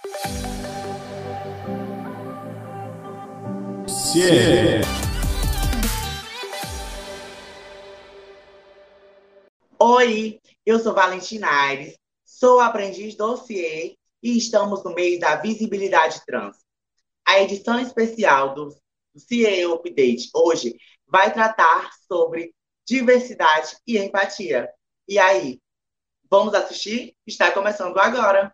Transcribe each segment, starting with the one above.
Yeah. Oi, eu sou Valentina Aires, sou aprendiz do CIE e estamos no mês da visibilidade trans. A edição especial do CIE Update hoje vai tratar sobre diversidade e empatia. E aí, vamos assistir? Está começando agora.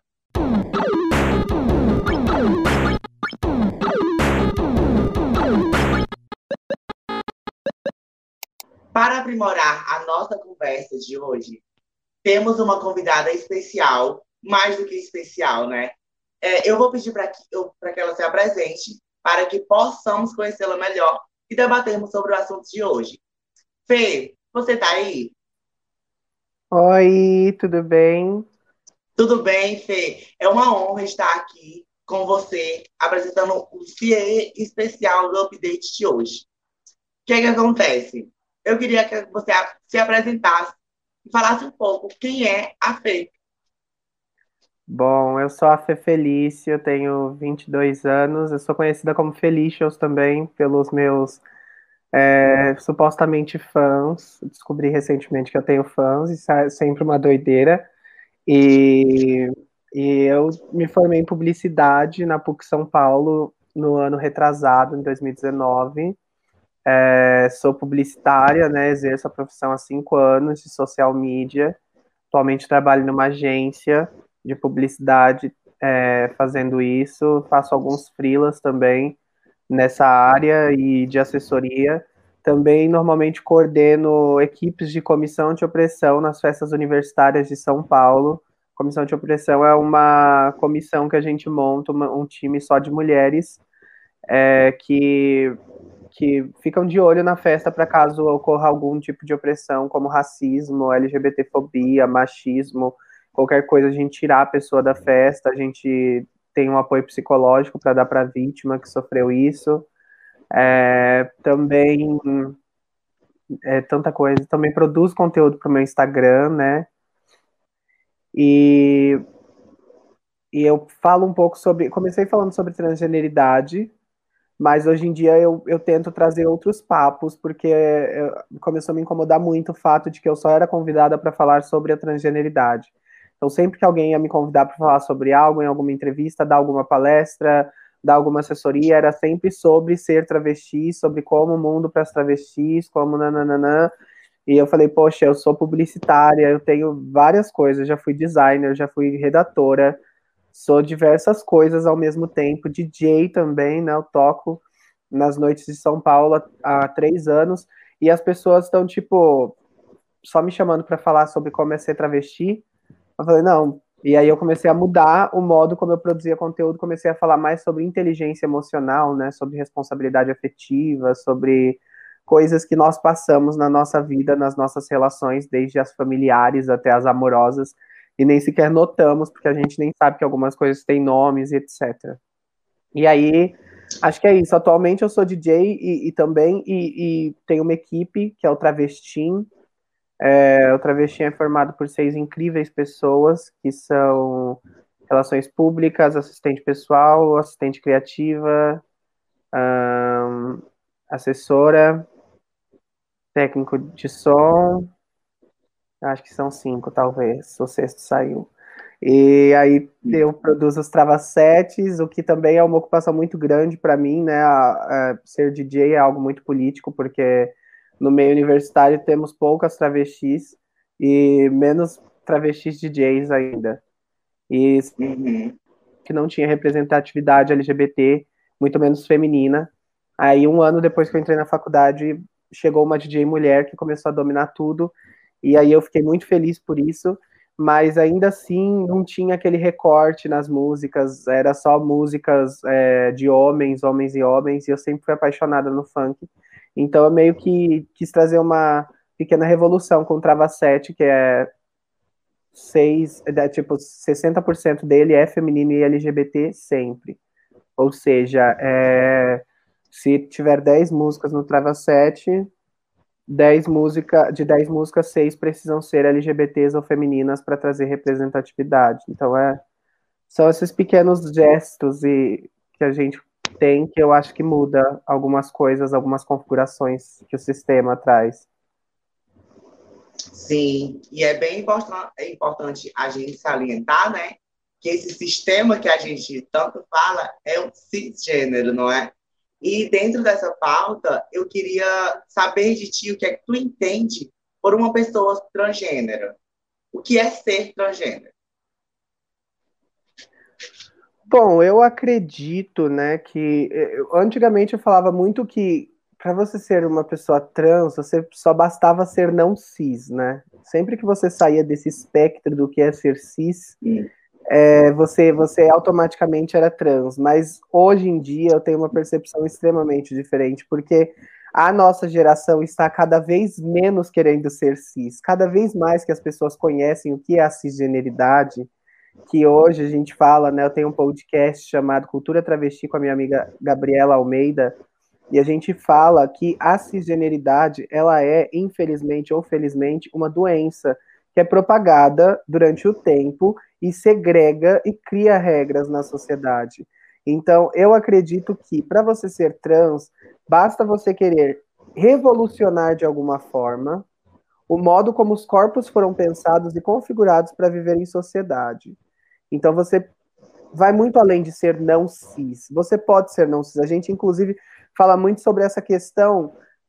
Para aprimorar a nossa conversa de hoje, temos uma convidada especial, mais do que especial, né? Eu vou pedir para que ela se apresente, para que possamos conhecê-la melhor e debatermos sobre o assunto de hoje. Fê, você está aí? Oi, tudo bem? Tudo bem, Fê? É uma honra estar aqui com você, apresentando o CIE especial do update de hoje. O que é que acontece? Eu queria que você se apresentasse e falasse um pouco quem é a Fê. Bom, eu sou a Fê Felícia, eu tenho 22 anos, eu sou conhecida como Felicious também pelos meus supostamente fãs. Descobri recentemente que eu tenho fãs, isso é sempre uma doideira. E, e eu me formei em publicidade na PUC São Paulo no ano retrasado, em 2019. Sou publicitária, né? Exerço a profissão há 5 anos de social media. Atualmente trabalho numa agência de publicidade, fazendo isso. Faço alguns freelas também nessa área e de assessoria. Também normalmente coordeno equipes de comissão de opressão nas festas universitárias de São Paulo. Comissão de opressão é uma comissão que a gente monta, um time só de mulheres, que ficam de olho na festa para caso ocorra algum tipo de opressão, como racismo, LGBTfobia, machismo, qualquer coisa, a gente tirar a pessoa da festa, a gente tem um apoio psicológico para dar para a vítima que sofreu isso. Também tanta coisa. Também produzo conteúdo para o meu Instagram, né? E, e eu falo um pouco sobre. Comecei falando sobre transgeneridade, mas hoje em dia eu tento trazer outros papos, porque começou a me incomodar muito o fato de que eu só era convidada para falar sobre a transgeneridade. Então, sempre que alguém ia me convidar para falar sobre algo, em alguma entrevista, dar alguma palestra, dar alguma assessoria, era sempre sobre ser travesti, sobre como o mundo para as travestis, como nananã. E eu falei, poxa, eu sou publicitária, eu tenho várias coisas, já fui designer, já fui redatora, sou diversas coisas ao mesmo tempo, DJ também, né? Eu toco nas noites de São Paulo há 3 anos, e as pessoas estão, tipo, só me chamando para falar sobre como é ser travesti. Eu falei, não. E aí eu comecei a mudar o modo como eu produzia conteúdo, comecei a falar mais sobre inteligência emocional, né? Sobre responsabilidade afetiva, sobre coisas que nós passamos na nossa vida, nas nossas relações, desde as familiares até as amorosas, e nem sequer notamos, porque a gente nem sabe que algumas coisas têm nomes e etc. E aí, acho que é isso. Atualmente eu sou DJ e também e tenho uma equipe que é o Travestim. O Travestim é formado por 6 incríveis pessoas, que são relações públicas, assistente pessoal, assistente criativa, assessora, técnico de som, acho que são 5, talvez, o sexto saiu. E aí eu produzo os travassetes, o que também é uma ocupação muito grande para mim, né? Ser DJ é algo muito político, porque no meio universitário temos poucas travestis e menos travestis DJs ainda. E Uhum. que não tinha representatividade LGBT, muito menos feminina. Aí, um ano depois que eu entrei na faculdade, chegou uma DJ mulher que começou a dominar tudo, e aí eu fiquei muito feliz por isso, mas ainda assim não tinha aquele recorte nas músicas, era só músicas de homens, homens e homens, e eu sempre fui apaixonada no funk. Então eu meio que quis trazer uma pequena revolução com o Trava 7, que é tipo, 60% dele é feminino e LGBT sempre. Ou seja, se tiver 10 músicas no Trava 7, de 10 músicas, 6 precisam ser LGBTs ou femininas para trazer representatividade. Então São esses pequenos gestos que a gente tem que eu acho que muda algumas coisas, algumas configurações que o sistema traz. Sim, e é bem importante a gente salientar, né, que esse sistema que a gente tanto fala é um cisgênero, não é? E dentro dessa pauta, eu queria saber de ti o que é que tu entende por uma pessoa transgênero. O que é ser transgênero? Bom, eu acredito, né, que antigamente eu falava muito que para você ser uma pessoa trans, você só bastava ser não cis, né? Sempre que você saía desse espectro do que é ser cis, você automaticamente era trans. Mas hoje em dia eu tenho uma percepção extremamente diferente, porque a nossa geração está cada vez menos querendo ser cis, cada vez mais que as pessoas conhecem o que é a cisgeneridade, que hoje a gente fala, né? Eu tenho um podcast chamado Cultura Travesti com a minha amiga Gabriela Almeida, e a gente fala que a cisgeneridade, ela é, infelizmente ou felizmente, uma doença que é propagada durante o tempo e segrega e cria regras na sociedade. Então, eu acredito que para você ser trans, basta você querer revolucionar de alguma forma o modo como os corpos foram pensados e configurados para viver em sociedade. Então você vai muito além de ser não cis. Você pode ser não cis. A gente, inclusive, fala muito sobre essa questão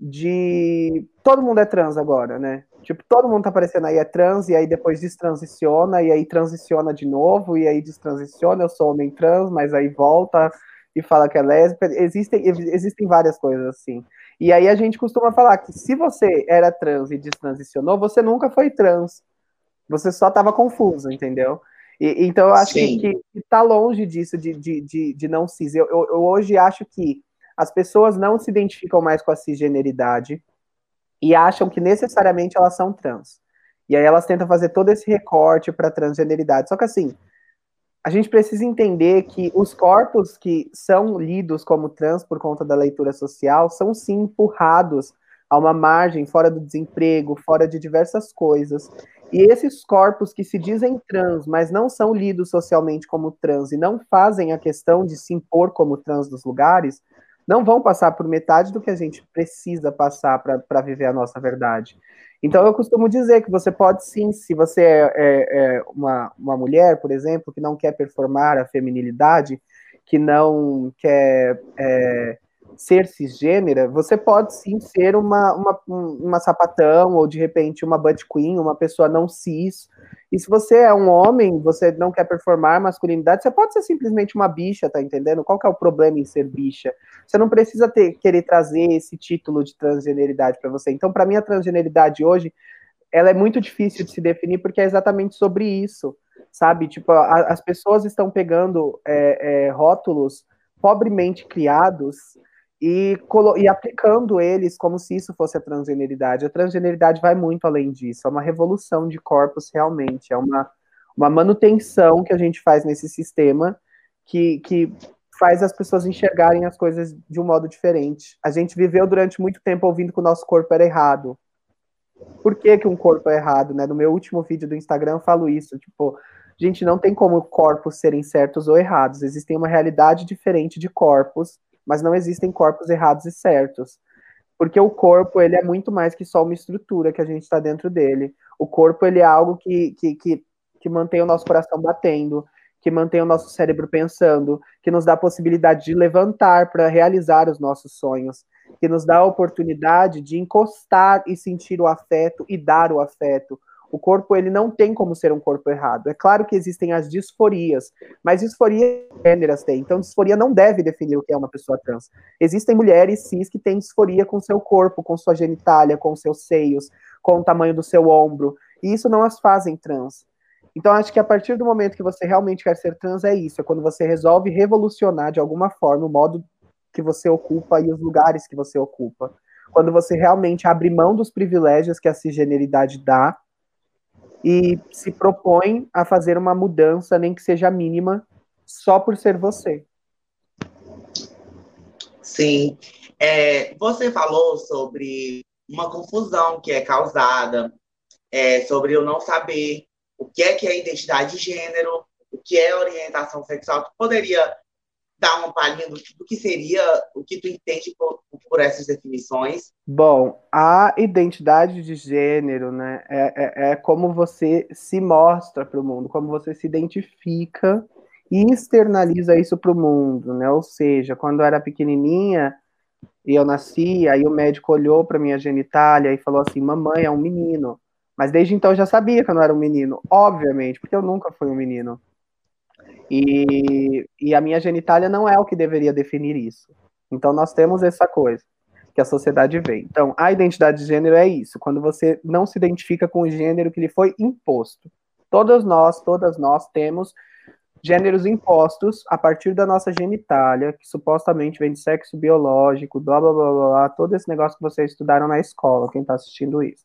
de todo mundo é trans agora, né? Tipo, todo mundo tá aparecendo aí é trans, e aí depois destransiciona, e aí transiciona de novo, e aí destransiciona, eu sou homem trans, mas aí volta e fala que é lésbica. Existem várias coisas assim. E aí a gente costuma falar que se você era trans e destransicionou, você nunca foi trans. Você só estava confuso, entendeu? Então eu acho Sim. que tá longe disso de não cis. Eu hoje acho que as pessoas não se identificam mais com a cisgeneridade e acham que necessariamente elas são trans. E aí elas tentam fazer todo esse recorte para transgeneridade. Só que assim, a gente precisa entender que os corpos que são lidos como trans por conta da leitura social são sim empurrados a uma margem, fora do desemprego, fora de diversas coisas. E esses corpos que se dizem trans, mas não são lidos socialmente como trans e não fazem a questão de se impor como trans nos lugares, não vão passar por metade do que a gente precisa passar para viver a nossa verdade. Então, eu costumo dizer que você pode sim, se você é uma mulher, por exemplo, que não quer performar a feminilidade, que não quer ser cisgênera, você pode sim ser uma sapatão, ou de repente uma butt queen, uma pessoa não cis. E se você é um homem, você não quer performar masculinidade, você pode ser simplesmente uma bicha, tá entendendo? Qual que é o problema em ser bicha? Você não precisa querer trazer esse título de transgeneridade para você. Então, para mim, a transgeneridade hoje, ela é muito difícil de se definir porque é exatamente sobre isso, sabe? Tipo, as pessoas estão pegando rótulos pobremente criados e aplicando eles como se isso fosse a transgeneridade. A transgeneridade vai muito além disso, é uma revolução de corpos realmente, é uma manutenção que a gente faz nesse sistema que faz as pessoas enxergarem as coisas de um modo diferente. A gente viveu durante muito tempo ouvindo que o nosso corpo era errado. Por que que um corpo é errado, né? No meu último vídeo do Instagram eu falo isso, tipo, gente, não tem como corpos serem certos ou errados, existem uma realidade diferente de corpos, mas não existem corpos errados e certos. Porque o corpo, ele é muito mais que só uma estrutura que a gente está dentro dele. O corpo, ele é algo que mantém o nosso coração batendo, que mantém o nosso cérebro pensando, que nos dá a possibilidade de levantar para realizar os nossos sonhos, que nos dá a oportunidade de encostar e sentir o afeto e dar o afeto. O corpo, ele não tem como ser um corpo errado. É claro que existem as disforias, mas disforias gêneras têm. Então, disforia não deve definir o que é uma pessoa trans. Existem mulheres cis que têm disforia com seu corpo, com sua genitália, com seus seios, com o tamanho do seu ombro. E isso não as fazem trans. Então, acho que a partir do momento que você realmente quer ser trans, é isso. É quando você resolve revolucionar de alguma forma o modo que você ocupa e os lugares que você ocupa. Quando você realmente abre mão dos privilégios que a cisgeneridade dá e se propõe a fazer uma mudança, nem que seja mínima, só por ser você. Sim. Você falou sobre uma confusão que é causada, sobre eu não saber o que é identidade de gênero, o que é orientação sexual. Tu poderia dar uma palhinha do que seria, o que tu entende por essas definições? Bom, a identidade de gênero, né, é como você se mostra para o mundo, como você se identifica e externaliza isso para o mundo, né? Ou seja, quando eu era pequenininha e eu nasci, aí o médico olhou para minha genitália e falou assim: "Mamãe, é um menino". Mas desde então eu já sabia que eu não era um menino, obviamente, porque eu nunca fui um menino. E a minha genitália não é o que deveria definir isso. Então nós temos essa coisa que a sociedade vê. Então, a identidade de gênero é isso, quando você não se identifica com o gênero que lhe foi imposto. Todas nós temos gêneros impostos a partir da nossa genitália, que supostamente vem de sexo biológico, blá blá blá blá, todo esse negócio que vocês estudaram na escola, quem está assistindo isso.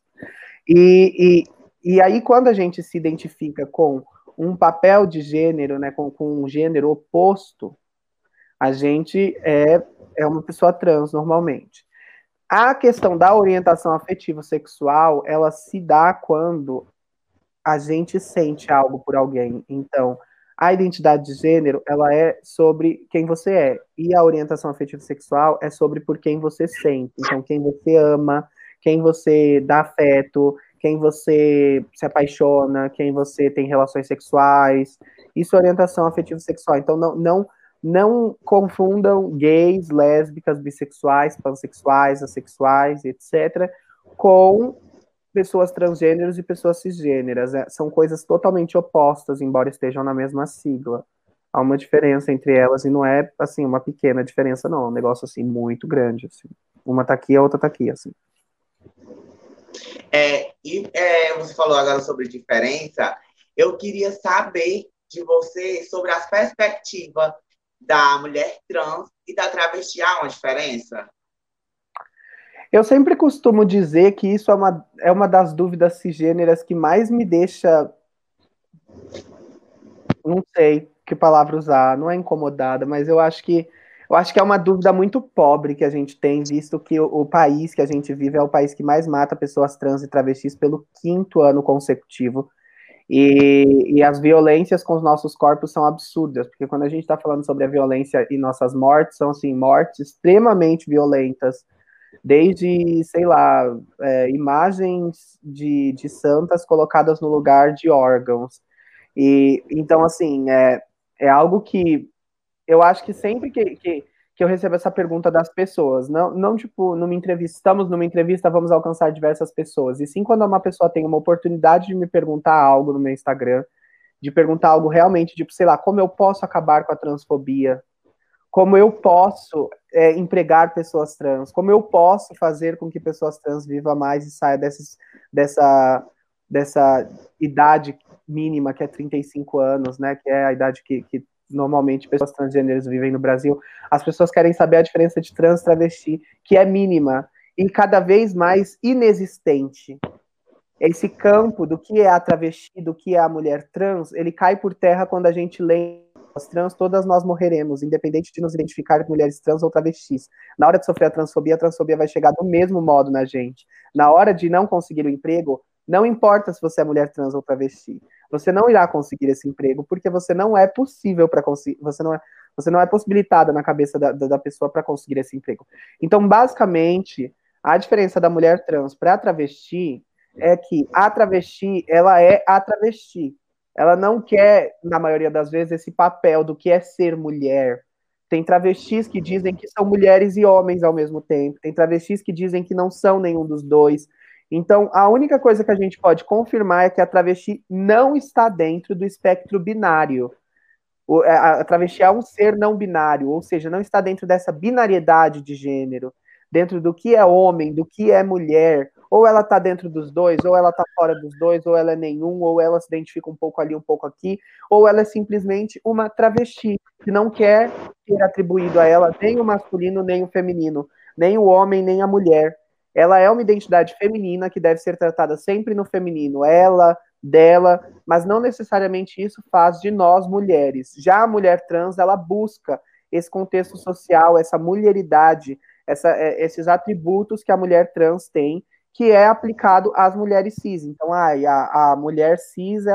E aí, quando a gente se identifica com um papel de gênero, né, com um gênero oposto, a gente é uma pessoa trans normalmente. A questão da orientação afetiva sexual, ela se dá quando a gente sente algo por alguém. Então, a identidade de gênero, ela é sobre quem você é. E a orientação afetiva sexual é sobre por quem você sente. Então, quem você ama, quem você dá afeto, quem você se apaixona, quem você tem relações sexuais. Isso é orientação afetiva sexual. Então, não confundam gays, lésbicas, bissexuais, pansexuais, assexuais, etc., com pessoas transgêneros e pessoas cisgêneras. São coisas totalmente opostas, embora estejam na mesma sigla. Há uma diferença entre elas e não é, assim, uma pequena diferença, não. É um negócio, assim, muito grande, assim. Uma tá aqui, a outra tá aqui, assim. Você falou agora sobre diferença. Eu queria saber de você sobre as perspectivas da mulher trans e da travesti. Há uma diferença? Eu sempre costumo dizer que isso é uma das dúvidas cisgêneras que mais me deixa, não sei que palavra usar, não é incomodada, mas eu acho que é uma dúvida muito pobre que a gente tem, visto que o país que a gente vive é o país que mais mata pessoas trans e travestis pelo 5º ano consecutivo. E as violências com os nossos corpos são absurdas, porque quando a gente está falando sobre a violência e nossas mortes, são assim, mortes extremamente violentas, desde, sei lá, imagens de santas colocadas no lugar de órgãos. E então, assim, é algo que eu acho que sempre que eu recebo essa pergunta das pessoas, não tipo, numa entrevista, estamos numa entrevista, vamos alcançar diversas pessoas, e sim quando uma pessoa tem uma oportunidade de me perguntar algo no meu Instagram, de perguntar algo realmente, tipo, sei lá, como eu posso acabar com a transfobia, como eu posso empregar pessoas trans, como eu posso fazer com que pessoas trans vivam mais e saia dessa idade mínima, que é 35 anos, né, que é a idade que normalmente pessoas transgêneros vivem no Brasil. As pessoas querem saber a diferença de trans e travesti, que é mínima e cada vez mais inexistente. Esse campo do que é a travesti, do que é a mulher trans, ele cai por terra quando a gente lê as trans, todas nós morreremos, independente de nos identificar com mulheres trans ou travestis. Na hora de sofrer a transfobia vai chegar do mesmo modo na gente. Na hora de não conseguir o emprego, não importa se você é mulher trans ou travesti, você não irá conseguir esse emprego porque você não é possível para conseguir, você não é possibilitada na cabeça da pessoa para conseguir esse emprego. Então, basicamente, a diferença da mulher trans para a travesti é que a travesti, ela é a travesti. Ela não quer, na maioria das vezes, esse papel do que é ser mulher. Tem travestis que dizem que são mulheres e homens ao mesmo tempo. Tem travestis que dizem que não são nenhum dos dois. Então, a única coisa que a gente pode confirmar é que a travesti não está dentro do espectro binário. A travesti é um ser não binário, ou seja, não está dentro dessa binariedade de gênero, dentro do que é homem, do que é mulher, ou ela está dentro dos dois, ou ela está fora dos dois, ou ela é nenhum, ou ela se identifica um pouco ali, um pouco aqui, ou ela é simplesmente uma travesti, que não quer ter atribuído a ela nem o masculino, nem o feminino, nem o homem, nem a mulher. Ela é uma identidade feminina que deve ser tratada sempre no feminino, ela, dela, mas não necessariamente isso faz de nós mulheres. Já a mulher trans, ela busca esse contexto social, essa mulheridade, esses atributos que a mulher trans tem, que é aplicado às mulheres cis. Então, a mulher cis,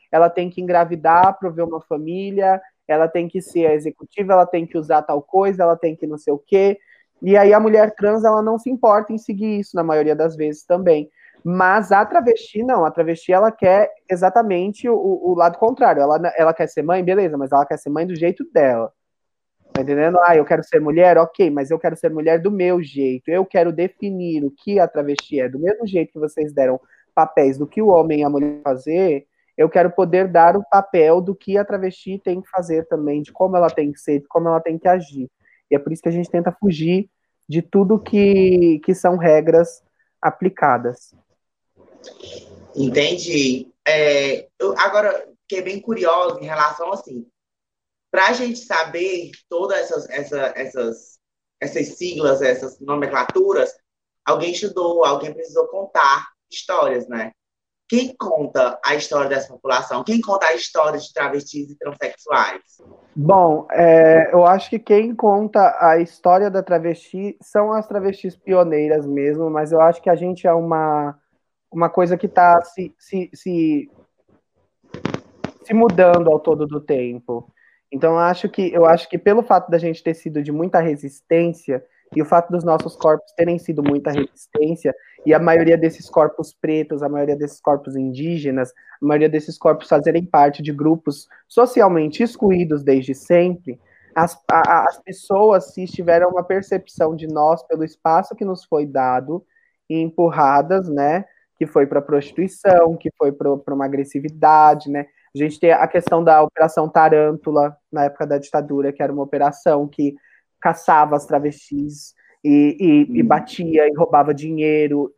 ela tem que engravidar, prover uma família, ela tem que ser a executiva, ela tem que usar tal coisa, ela tem que não sei o quê. E aí a mulher trans, ela não se importa em seguir isso, na maioria das vezes também. Mas a travesti, não. A travesti, ela quer exatamente o lado contrário. Ela quer ser mãe, beleza, mas ela quer ser mãe do jeito dela. Tá entendendo? Ah, eu quero ser mulher, ok, mas eu quero ser mulher do meu jeito. Eu quero definir o que a travesti é. Do mesmo jeito que vocês deram papéis do que o homem e a mulher fazer, eu quero poder dar o papel do que a travesti tem que fazer também, de como ela tem que ser, de como ela tem que agir. E é por isso que a gente tenta fugir de tudo que são regras aplicadas. Entendi. Eu agora fiquei bem curiosa em relação assim, para a gente saber todas essas siglas, essas nomenclaturas, alguém estudou, alguém precisou contar histórias, né? Quem conta a história dessa população? Quem conta a história de travestis e transexuais? Bom, eu acho que quem conta a história da travesti são as travestis pioneiras mesmo, mas eu acho que a gente é uma coisa que está se mudando ao todo do tempo. Então, eu acho que pelo fato da gente ter sido de muita resistência, e o fato dos nossos corpos terem sido muita resistência, e a maioria desses corpos pretos, a maioria desses corpos indígenas, a maioria desses corpos fazerem parte de grupos socialmente excluídos desde sempre, as pessoas cis tiveram uma percepção de nós pelo espaço que nos foi dado e empurradas, né? Que foi para prostituição, que foi para uma agressividade, né? A gente tem a questão da Operação Tarântula, na época da ditadura, que era uma operação que caçava as travestis e batia e roubava dinheiro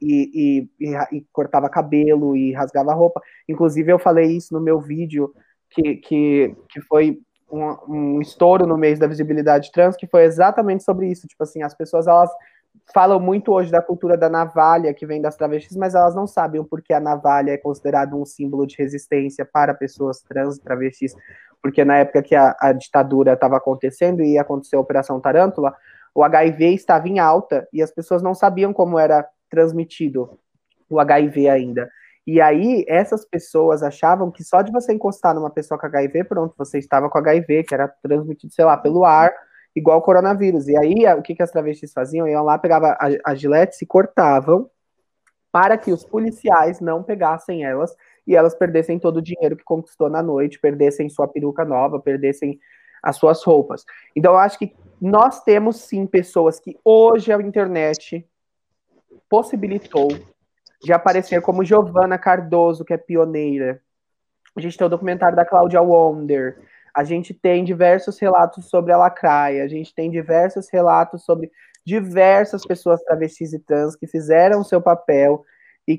e cortava cabelo e rasgava roupa. Inclusive, eu falei isso no meu vídeo, que foi um estouro no mês da visibilidade trans, que foi exatamente sobre isso. Tipo assim, as pessoas, elas falam muito hoje da cultura da navalha, que vem das travestis, mas elas não sabem o porquê a navalha é considerado um símbolo de resistência para pessoas trans e travestis, porque na época que a ditadura estava acontecendo e aconteceu a Operação Tarântula, o HIV estava em alta e as pessoas não sabiam como era transmitido o HIV ainda. E aí, essas pessoas achavam que só de você encostar numa pessoa com HIV, pronto, você estava com HIV, que era transmitido, sei lá, pelo ar, igual o coronavírus. E aí, o que as travestis faziam? Iam lá, pegavam a gilete, se cortavam, para que os policiais não pegassem elas e elas perdessem todo o dinheiro que conquistou na noite, perdessem sua peruca nova, perdessem as suas roupas. Então, eu acho que nós temos, sim, pessoas que hoje a internet possibilitou de aparecer como Giovanna Cardoso, que é pioneira. A gente tem o documentário da Cláudia Wonder, a gente tem diversos relatos sobre a lacraia, a gente tem diversos relatos sobre diversas pessoas travestis e trans que fizeram o seu papel e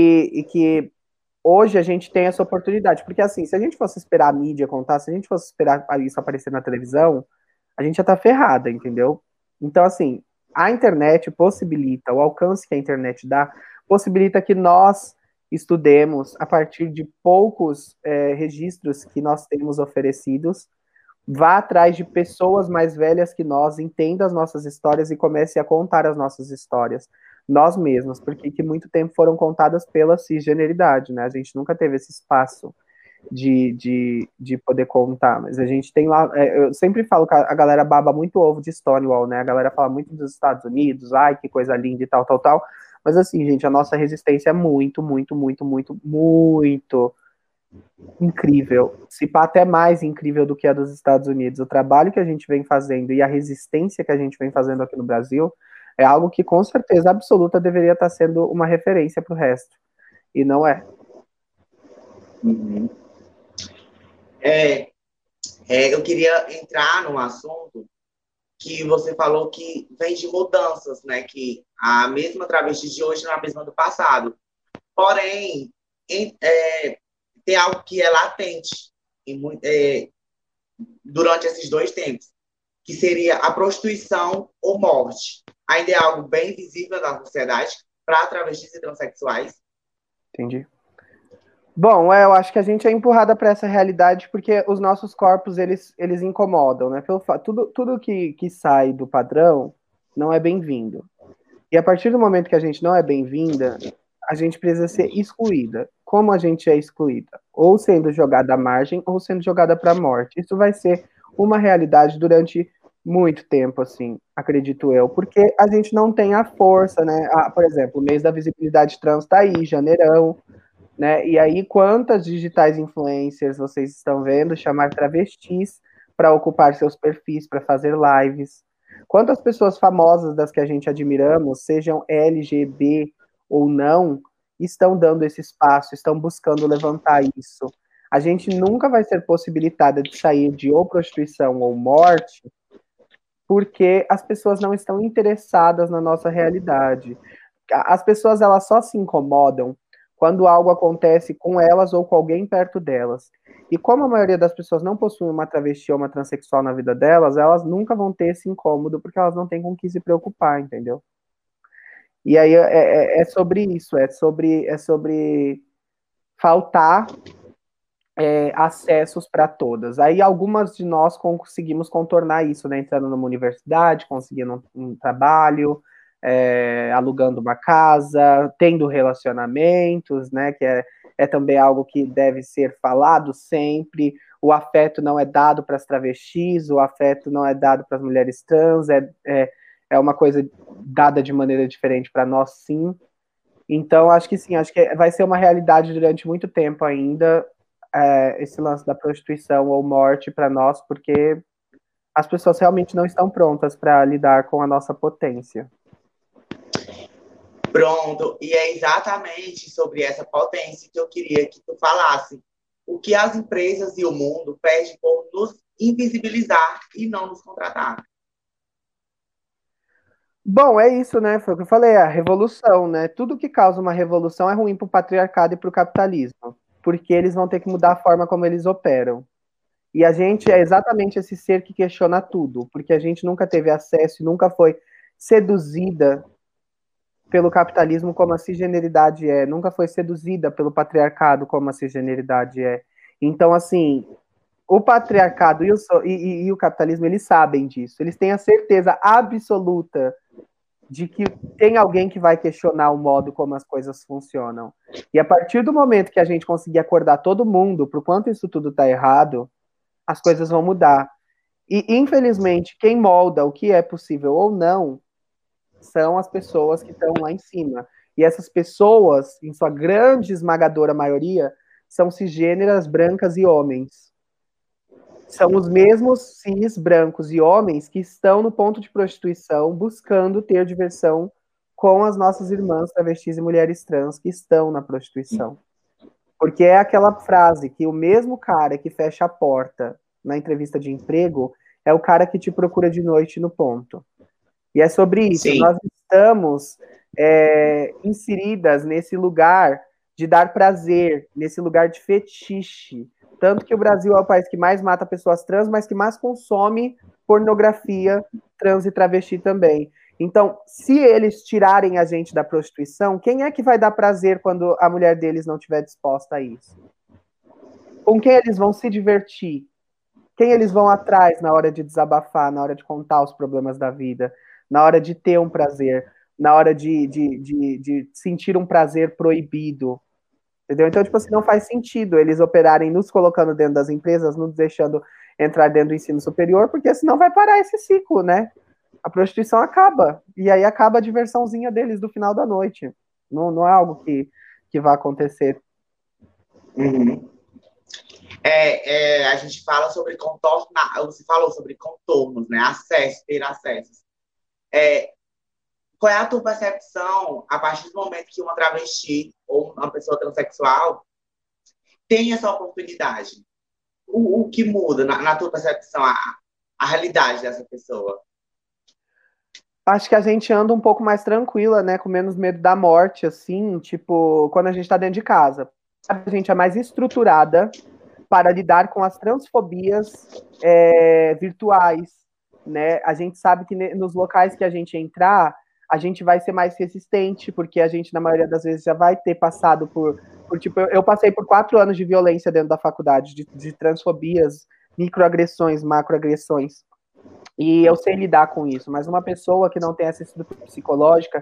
que hoje a gente tem essa oportunidade. Porque, assim, se a gente fosse esperar a mídia contar, se a gente fosse esperar isso aparecer na televisão, a gente já tá ferrada, entendeu? Então, assim, a internet possibilita, o alcance que a internet dá, possibilita que nós estudemos a partir de poucos registros que nós temos oferecidos, vá atrás de pessoas mais velhas que nós, entenda as nossas histórias e comece a contar as nossas histórias, nós mesmos, porque que muito tempo foram contadas pela cisgeneridade, né? A gente nunca teve esse espaço de poder contar, mas a gente tem lá, eu sempre falo que a galera baba muito ovo de Stonewall, né? A galera fala muito dos Estados Unidos, ai, que coisa linda e tal, tal, tal, mas assim, gente, a nossa resistência é muito, muito, muito, muito, muito incrível, se pá até mais incrível do que a dos Estados Unidos. O trabalho que a gente vem fazendo e a resistência que a gente vem fazendo aqui no Brasil é algo que com certeza absoluta deveria estar sendo uma referência para o resto, e não é. Uhum. Eu queria entrar num assunto que você falou que vem de mudanças, né? Que a mesma travesti de hoje não é a mesma do passado. Porém, tem algo que é latente durante esses dois tempos, que seria a prostituição ou morte. Ainda é algo bem visível na sociedade para travestis e transexuais. Entendi. Bom, eu acho que a gente é empurrada para essa realidade porque os nossos corpos, eles incomodam, né? Tudo que sai do padrão não é bem-vindo. E a partir do momento que a gente não é bem-vinda, a gente precisa ser excluída. como a gente é excluída, ou sendo jogada à margem, ou sendo jogada para a morte. Isso vai ser uma realidade durante muito tempo, assim, acredito eu, porque a gente não tem a força, né? Por exemplo, o mês da visibilidade trans está aí, janeirão, né? E aí, quantas digitais influencers vocês estão vendo chamar travestis para ocupar seus perfis, para fazer lives? Quantas pessoas famosas das que a gente admiramos, sejam LGB ou não, estão dando esse espaço, estão buscando levantar isso? A gente nunca vai ser possibilitada de sair de ou prostituição ou morte, porque as pessoas não estão interessadas na nossa realidade. As pessoas, elas só se incomodam quando algo acontece com elas ou com alguém perto delas. E como a maioria das pessoas não possui uma travesti ou uma transexual na vida delas, elas nunca vão ter esse incômodo, porque elas não têm com o que se preocupar, entendeu? E aí é sobre isso, é sobre faltar acessos para todas. Aí algumas de nós conseguimos contornar isso, né? Entrando numa universidade, conseguindo um trabalho, alugando uma casa, tendo relacionamentos, né? Que é também algo que deve ser falado sempre. O afeto não é dado para as travestis, o afeto não é dado para as mulheres trans, é uma coisa dada de maneira diferente para nós, sim. Então, acho que sim, acho que vai ser uma realidade durante muito tempo ainda, esse lance da prostituição ou morte para nós, porque as pessoas realmente não estão prontas para lidar com a nossa potência. Pronto, e é exatamente sobre essa potência que eu queria que tu falasse. O que as empresas e o mundo pedem por nos invisibilizar e não nos contratar. Bom, é isso, né? Foi o que eu falei, a revolução, né? Tudo que causa uma revolução é ruim para o patriarcado e para o capitalismo, porque eles vão ter que mudar a forma como eles operam. E a gente é exatamente esse ser que questiona tudo, porque a gente nunca teve acesso e nunca foi seduzida pelo capitalismo como a cisgeneridade é, nunca foi seduzida pelo patriarcado como a cisgeneridade é. Então, assim, o patriarcado e o capitalismo, eles sabem disso, eles têm a certeza absoluta de que tem alguém que vai questionar o modo como as coisas funcionam. E a partir do momento que a gente conseguir acordar todo mundo pro quanto isso tudo tá errado, as coisas vão mudar. E, infelizmente, quem molda o que é possível ou não são as pessoas que estão lá em cima. E essas pessoas, em sua grande esmagadora maioria, são cisgêneras, brancas e homens. São os mesmos cis, brancos e homens que estão no ponto de prostituição buscando ter diversão com as nossas irmãs travestis e mulheres trans que estão na prostituição. Porque é aquela frase que o mesmo cara que fecha a porta na entrevista de emprego é o cara que te procura de noite no ponto. E é sobre isso. Sim. Nós estamos inseridas nesse lugar de dar prazer, nesse lugar de fetiche. Tanto que o Brasil é o país que mais mata pessoas trans, mas que mais consome pornografia trans e travesti também. Então, se eles tirarem a gente da prostituição, quem é que vai dar prazer quando a mulher deles não estiver disposta a isso? Com quem eles vão se divertir? Quem eles vão atrás na hora de desabafar, na hora de contar os problemas da vida, na hora de ter um prazer, na hora de sentir um prazer proibido? Entendeu? Então, tipo assim, não faz sentido eles operarem nos colocando dentro das empresas, nos deixando entrar dentro do ensino superior, porque senão vai parar esse ciclo, né? A prostituição acaba, e aí acaba a diversãozinha deles do final da noite. Não é algo que vai acontecer. Uhum. A gente fala sobre contornar, você falou sobre contornos, né? Acesso, ter acessos. Qual é a tua percepção a partir do momento que uma travesti ou uma pessoa transexual tem essa oportunidade? O que muda na tua percepção, a realidade dessa pessoa? Acho que a gente anda um pouco mais tranquila, né? Com menos medo da morte, assim, tipo, quando a gente tá dentro de casa. A gente é mais estruturada para lidar com as transfobias virtuais, né? A gente sabe que nos locais que a gente entrar, a gente vai ser mais resistente, porque a gente, na maioria das vezes, já vai ter passado por tipo, eu passei por 4 anos de violência dentro da faculdade, de transfobias, microagressões, macroagressões. E eu sei lidar com isso, mas uma pessoa que não tem essa estrutura psicológica,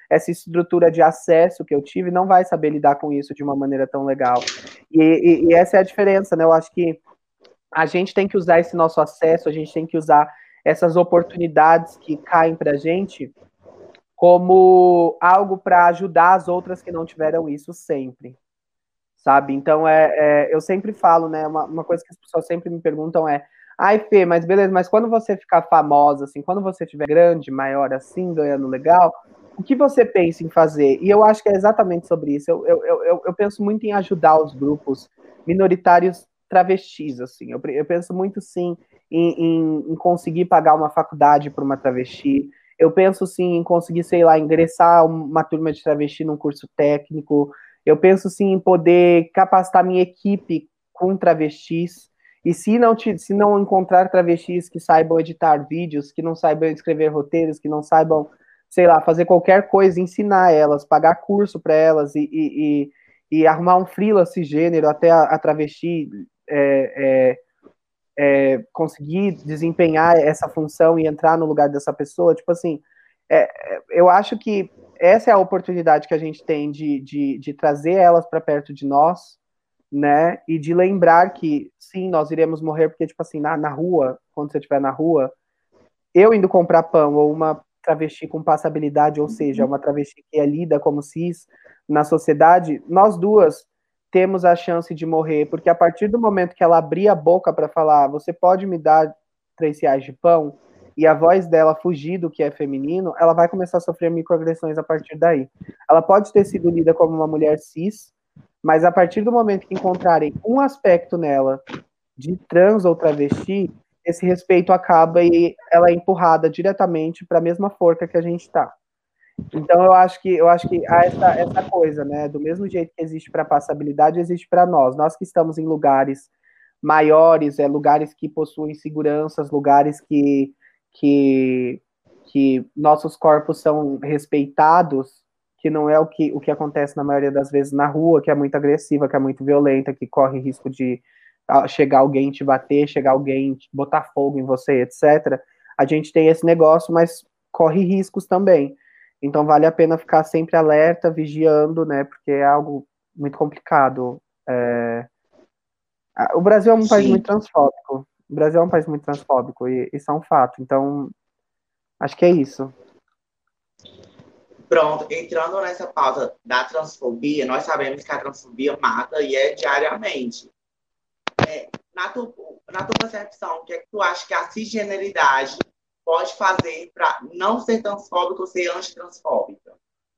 essa estrutura de acesso que eu tive, não vai saber lidar com isso de uma maneira tão legal. E essa é a diferença, né? Eu acho que a gente tem que usar esse nosso acesso, a gente tem que usar essas oportunidades que caem para a gente como algo para ajudar as outras que não tiveram isso sempre, sabe? Então, eu sempre falo, né? Uma coisa que as pessoas sempre me perguntam é: ai, Fê, mas beleza, mas quando você ficar famosa, assim, quando você estiver grande, maior, assim, ganhando legal, o que você pensa em fazer? E eu acho que é exatamente sobre isso. Eu penso muito em ajudar os grupos minoritários travestis, assim. Eu penso muito, sim, em conseguir pagar uma faculdade para uma travesti. Eu penso, sim, em conseguir, sei lá, ingressar uma turma de travesti num curso técnico. Eu penso, sim, em poder capacitar minha equipe com travestis. E se não encontrar travestis que saibam editar vídeos, que não saibam escrever roteiros, que não saibam, sei lá, fazer qualquer coisa, ensinar elas, pagar curso para elas e arrumar um freela cisgênero até a travesti conseguir desempenhar essa função e entrar no lugar dessa pessoa, tipo assim, eu acho que essa é a oportunidade que a gente tem de trazer elas para perto de nós, né? E de lembrar que, sim, nós iremos morrer, porque, tipo assim, na rua, quando você estiver na rua, eu indo comprar pão, ou uma travesti com passabilidade, ou seja, uma travesti que é lida como cis na sociedade, nós duas temos a chance de morrer, porque a partir do momento que ela abrir a boca para falar, você pode me dar R$ 3 de pão, e a voz dela fugir do que é feminino, ela vai começar a sofrer microagressões a partir daí. Ela pode ter sido lida como uma mulher cis, mas a partir do momento que encontrarem um aspecto nela de trans ou travesti, esse respeito acaba e ela é empurrada diretamente para a mesma forca que a gente está. Então eu acho que há essa coisa, né? Do mesmo jeito que existe para a passabilidade, existe para nós. Nós que estamos em lugares maiores, lugares que possuem seguranças, lugares que, que nossos corpos são respeitados, que não é o que acontece na maioria das vezes na rua, que é muito agressiva, que é muito violenta, que corre risco de chegar alguém te bater, chegar alguém botar fogo em você, etc. A gente tem esse negócio, mas corre riscos também. Então vale a pena ficar sempre alerta, vigiando, né? Porque é algo muito complicado. O Brasil é um país muito transfóbico. O Brasil é um país muito transfóbico, e isso é um fato. Então, acho que é isso. Pronto, entrando nessa pauta da transfobia, nós sabemos que a transfobia mata e é diariamente. Na tua percepção, o que é que tu acha que a cisgeneridade pode fazer para não ser transfóbica ou ser antitransfóbica?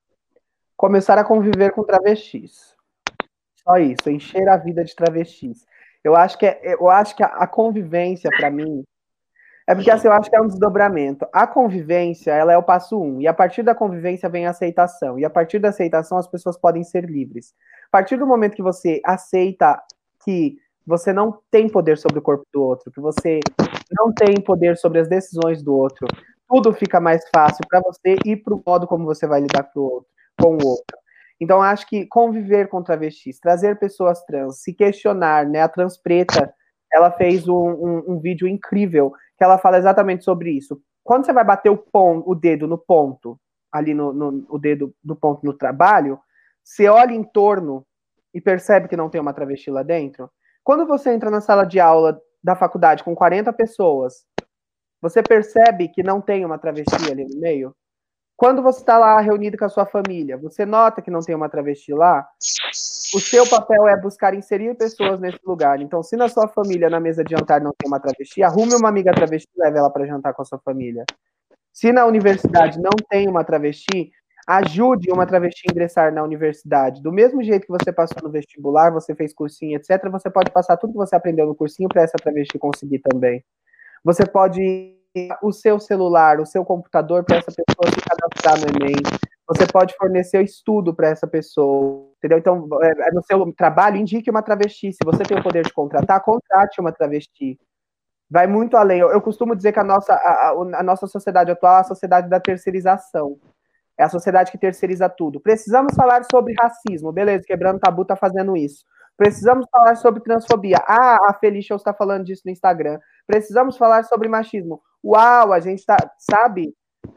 Começar a conviver com travestis. Só isso, encher a vida de travestis. Eu acho que a convivência, para mim, porque assim, eu acho que é um desdobramento. A convivência, ela é o passo 1, e a partir da convivência vem a aceitação, e a partir da aceitação as pessoas podem ser livres. A partir do momento que você aceita que você não tem poder sobre o corpo do outro, que você não tem poder sobre as decisões do outro, tudo fica mais fácil para você e para o modo como você vai lidar com o outro. Então, acho que conviver com travestis, trazer pessoas trans, se questionar, né? A Trans Preta, ela fez um vídeo incrível que ela fala exatamente sobre isso. Quando você vai bater o dedo no ponto, ali o dedo do ponto no trabalho, você olha em torno e percebe que não tem uma travesti lá dentro. Quando você entra na sala de aula da faculdade com 40 pessoas, você percebe que não tem uma travesti ali no meio? Quando você está lá reunido com a sua família, você nota que não tem uma travesti lá? O seu papel é buscar inserir pessoas nesse lugar. Então, se na sua família, na mesa de jantar, não tem uma travesti, arrume uma amiga travesti e leve ela para jantar com a sua família. Se na universidade não tem uma travesti, ajude uma travesti a ingressar na universidade. Do mesmo jeito que você passou no vestibular, você fez cursinho, etc., você pode passar tudo que você aprendeu no cursinho para essa travesti conseguir também. Você pode o seu celular, o seu computador para essa pessoa se cadastrar no Enem. Você pode fornecer estudo para essa pessoa, entendeu? Então, no seu trabalho, indique uma travesti. Se você tem o poder de contratar, contrate uma travesti. Vai muito além. Eu costumo dizer que a nossa sociedade atual é a sociedade da terceirização. É a sociedade que terceiriza tudo. Precisamos falar sobre racismo. Beleza, Quebrando Tabu está fazendo isso. Precisamos falar sobre transfobia. A Felicia está falando disso no Instagram. Precisamos falar sobre machismo. Uau, a gente tá, sabe?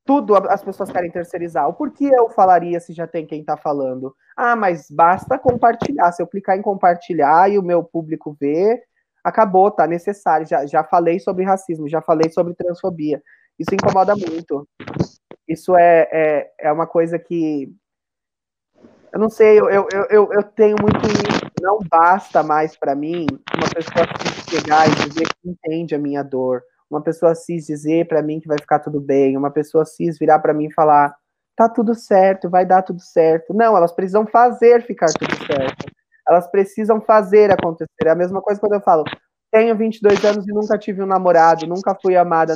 Tudo as pessoas querem terceirizar. O porquê eu falaria se já tem quem está falando? Ah, mas basta compartilhar. Se eu clicar em compartilhar e o meu público ver, acabou, tá necessário. Já falei sobre racismo, já falei sobre transfobia. Isso incomoda muito. Isso é uma coisa que... Eu não sei, eu tenho muito isso. Não basta mais para mim uma pessoa cis chegar e dizer que entende a minha dor. Uma pessoa cis dizer para mim que vai ficar tudo bem. Uma pessoa cis virar para mim e falar, tá tudo certo, vai dar tudo certo. Não, elas precisam fazer ficar tudo certo. Elas precisam fazer acontecer. É a mesma coisa quando eu falo, tenho 22 anos e nunca tive um namorado, nunca fui amada,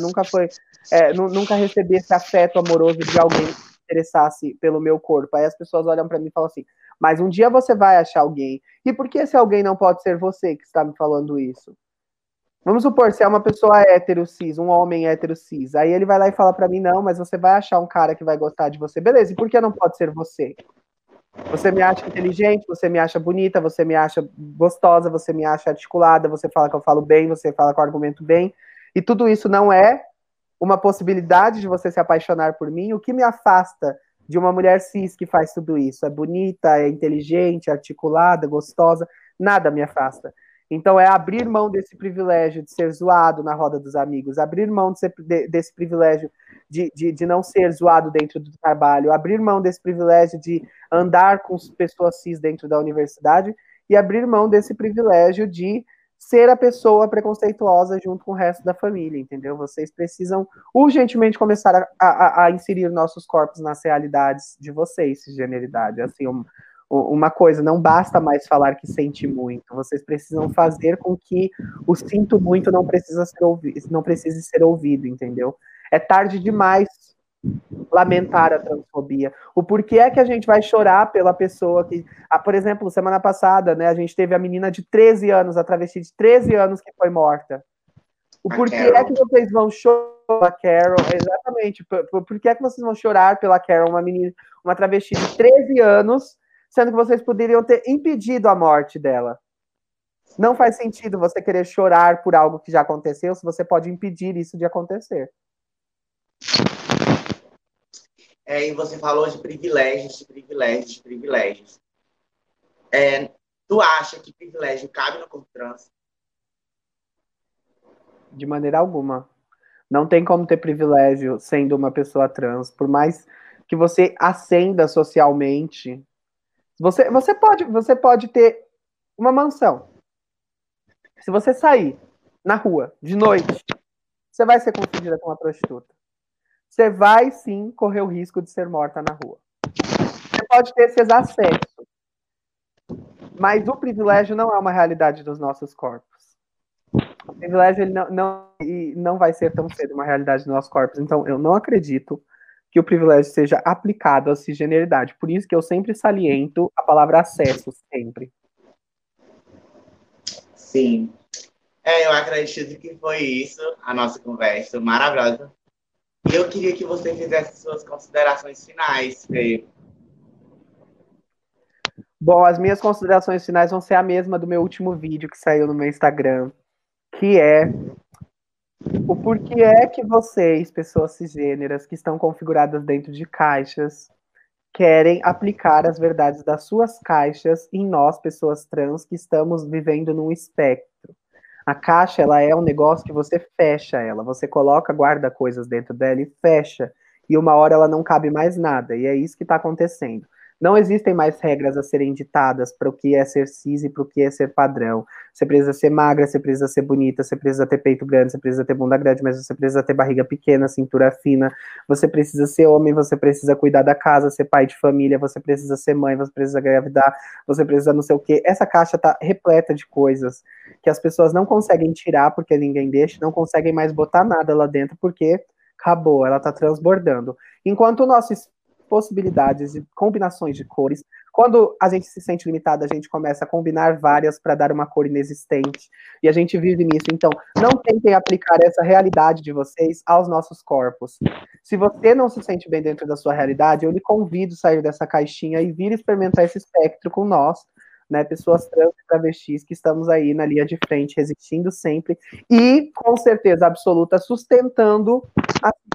nunca recebi esse afeto amoroso de alguém interessasse pelo meu corpo. Aí as pessoas olham para mim e falam assim, mas um dia você vai achar alguém. E por que esse alguém não pode ser você que está me falando isso? Vamos supor, se é uma pessoa hétero cis, um homem hétero cis, aí ele vai lá e fala para mim, não, mas você vai achar um cara que vai gostar de você. Beleza, e por que não pode ser você? Você me acha inteligente, você me acha bonita, você me acha gostosa, você me acha articulada, você fala que eu falo bem, você fala que eu argumento bem, e tudo isso não é uma possibilidade de você se apaixonar por mim. O que me afasta de uma mulher cis que faz tudo isso? É bonita, é inteligente, é articulada, gostosa, nada me afasta. Então é abrir mão desse privilégio de ser zoado na roda dos amigos, abrir mão desse privilégio de não ser zoado dentro do trabalho, abrir mão desse privilégio de andar com pessoas cis dentro da universidade e abrir mão desse privilégio de ser a pessoa preconceituosa junto com o resto da família, entendeu? Vocês precisam urgentemente começar a inserir nossos corpos nas realidades de vocês, cisgeneridade. Assim, uma coisa, não basta mais falar que sente muito, vocês precisam fazer com que o sinto muito não precise ser ouvido, entendeu? É tarde demais lamentar a transfobia. O porquê é que a gente vai chorar pela pessoa que... por exemplo, semana passada, né, a gente teve a menina de 13 anos, a travesti de 13 anos que foi morta. O porquê é que vocês vão chorar pela Carol? Exatamente. Por que é que vocês vão chorar pela Carol, uma travesti de 13 anos, sendo que vocês poderiam ter impedido a morte dela? Não faz sentido você querer chorar por algo que já aconteceu, se você pode impedir isso de acontecer. E você falou de privilégios, de privilégios, de privilégios. Tu acha que privilégio cabe no corpo trans? De maneira alguma. Não tem como ter privilégio sendo uma pessoa trans. Por mais que você ascenda socialmente, você pode ter uma mansão. Se você sair na rua de noite, você vai ser confundida com uma prostituta. Você vai, sim, correr o risco de ser morta na rua. Você pode ter esses acessos. Mas o privilégio não é uma realidade dos nossos corpos. O privilégio ele não vai ser tão cedo uma realidade dos nossos corpos. Então, eu não acredito que o privilégio seja aplicado à cisgeneridade. Por isso que eu sempre saliento a palavra acesso, sempre. Sim. Eu acredito que foi isso, a nossa conversa maravilhosa. E eu queria que você fizesse suas considerações finais, Fê. Bom, as minhas considerações finais vão ser a mesma do meu último vídeo que saiu no meu Instagram, que é o porquê é que vocês, pessoas cisgêneras, que estão configuradas dentro de caixas, querem aplicar as verdades das suas caixas em nós, pessoas trans, que estamos vivendo num espectro. A caixa, ela é um negócio que você fecha ela, você coloca, guarda coisas dentro dela e fecha, e uma hora ela não cabe mais nada, e é isso que está acontecendo. Não existem mais regras a serem ditadas para o que é ser cis e para o que é ser padrão. Você precisa ser magra, você precisa ser bonita, você precisa ter peito grande, você precisa ter bunda grande, mas você precisa ter barriga pequena, cintura fina, você precisa ser homem, você precisa cuidar da casa, ser pai de família, você precisa ser mãe, você precisa engravidar, você precisa não sei o quê. Essa caixa está repleta de coisas que as pessoas não conseguem tirar porque ninguém deixa, não conseguem mais botar nada lá dentro porque acabou, ela está transbordando. Enquanto o nosso possibilidades e combinações de cores. Quando a gente se sente limitada, a gente começa a combinar várias para dar uma cor inexistente. E a gente vive nisso. Então, não tentem aplicar essa realidade de vocês aos nossos corpos. Se você não se sente bem dentro da sua realidade, eu lhe convido a sair dessa caixinha e vir experimentar esse espectro com nós, né, pessoas trans e travestis que estamos aí na linha de frente, resistindo sempre e, com certeza absoluta, sustentando a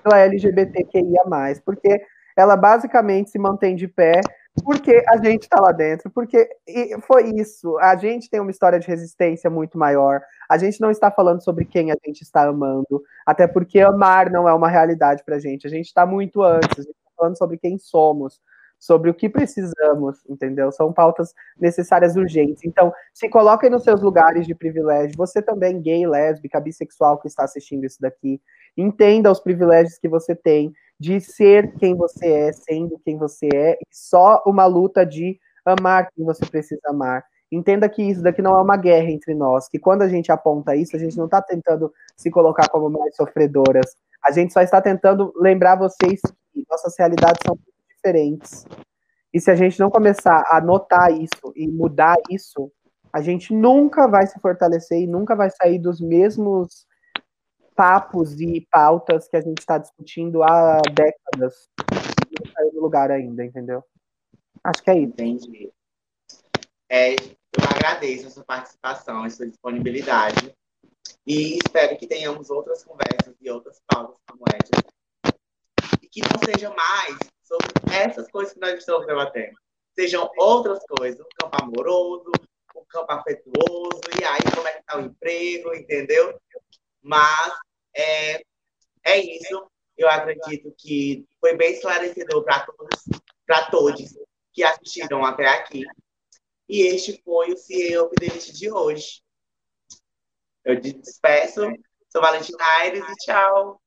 sigla LGBTQIA+, porque ela basicamente se mantém de pé porque a gente está lá dentro, porque foi isso. A gente tem uma história de resistência muito maior. A gente não está falando sobre quem a gente está amando, até porque amar não é uma realidade para a gente. A gente está muito antes. A gente está falando sobre quem somos, sobre o que precisamos, entendeu? São pautas necessárias urgentes. Então, se coloquem nos seus lugares de privilégio. Você também, gay, lésbica, bissexual que está assistindo isso daqui, entenda os privilégios que você tem de ser quem você é, sendo quem você é, e só uma luta de amar quem você precisa amar. Entenda que isso daqui não é uma guerra entre nós, que quando a gente aponta isso, a gente não está tentando se colocar como mais sofredoras. A gente só está tentando lembrar vocês que nossas realidades são muito diferentes. E se a gente não começar a notar isso e mudar isso, a gente nunca vai se fortalecer e nunca vai sair dos mesmos papos e pautas que a gente está discutindo há décadas. E não saiu do lugar ainda, entendeu? Acho que é isso. Entendi. Eu agradeço a sua participação, a sua disponibilidade. E espero que tenhamos outras conversas e outras pautas como essa. E que não seja mais sobre essas coisas que nós estamos debatendo. Sejam outras coisas, o campo amoroso, o campo afetuoso, e aí como é que está o emprego, entendeu? Mas é isso. Eu acredito que foi bem esclarecedor para todos que assistiram até aqui. E este foi o CA Update de hoje. Eu te despeço. Sou Valentina Aires e tchau.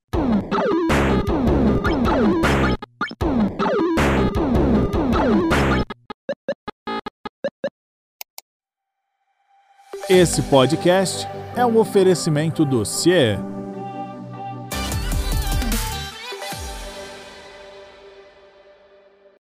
Esse podcast é um oferecimento do CIE,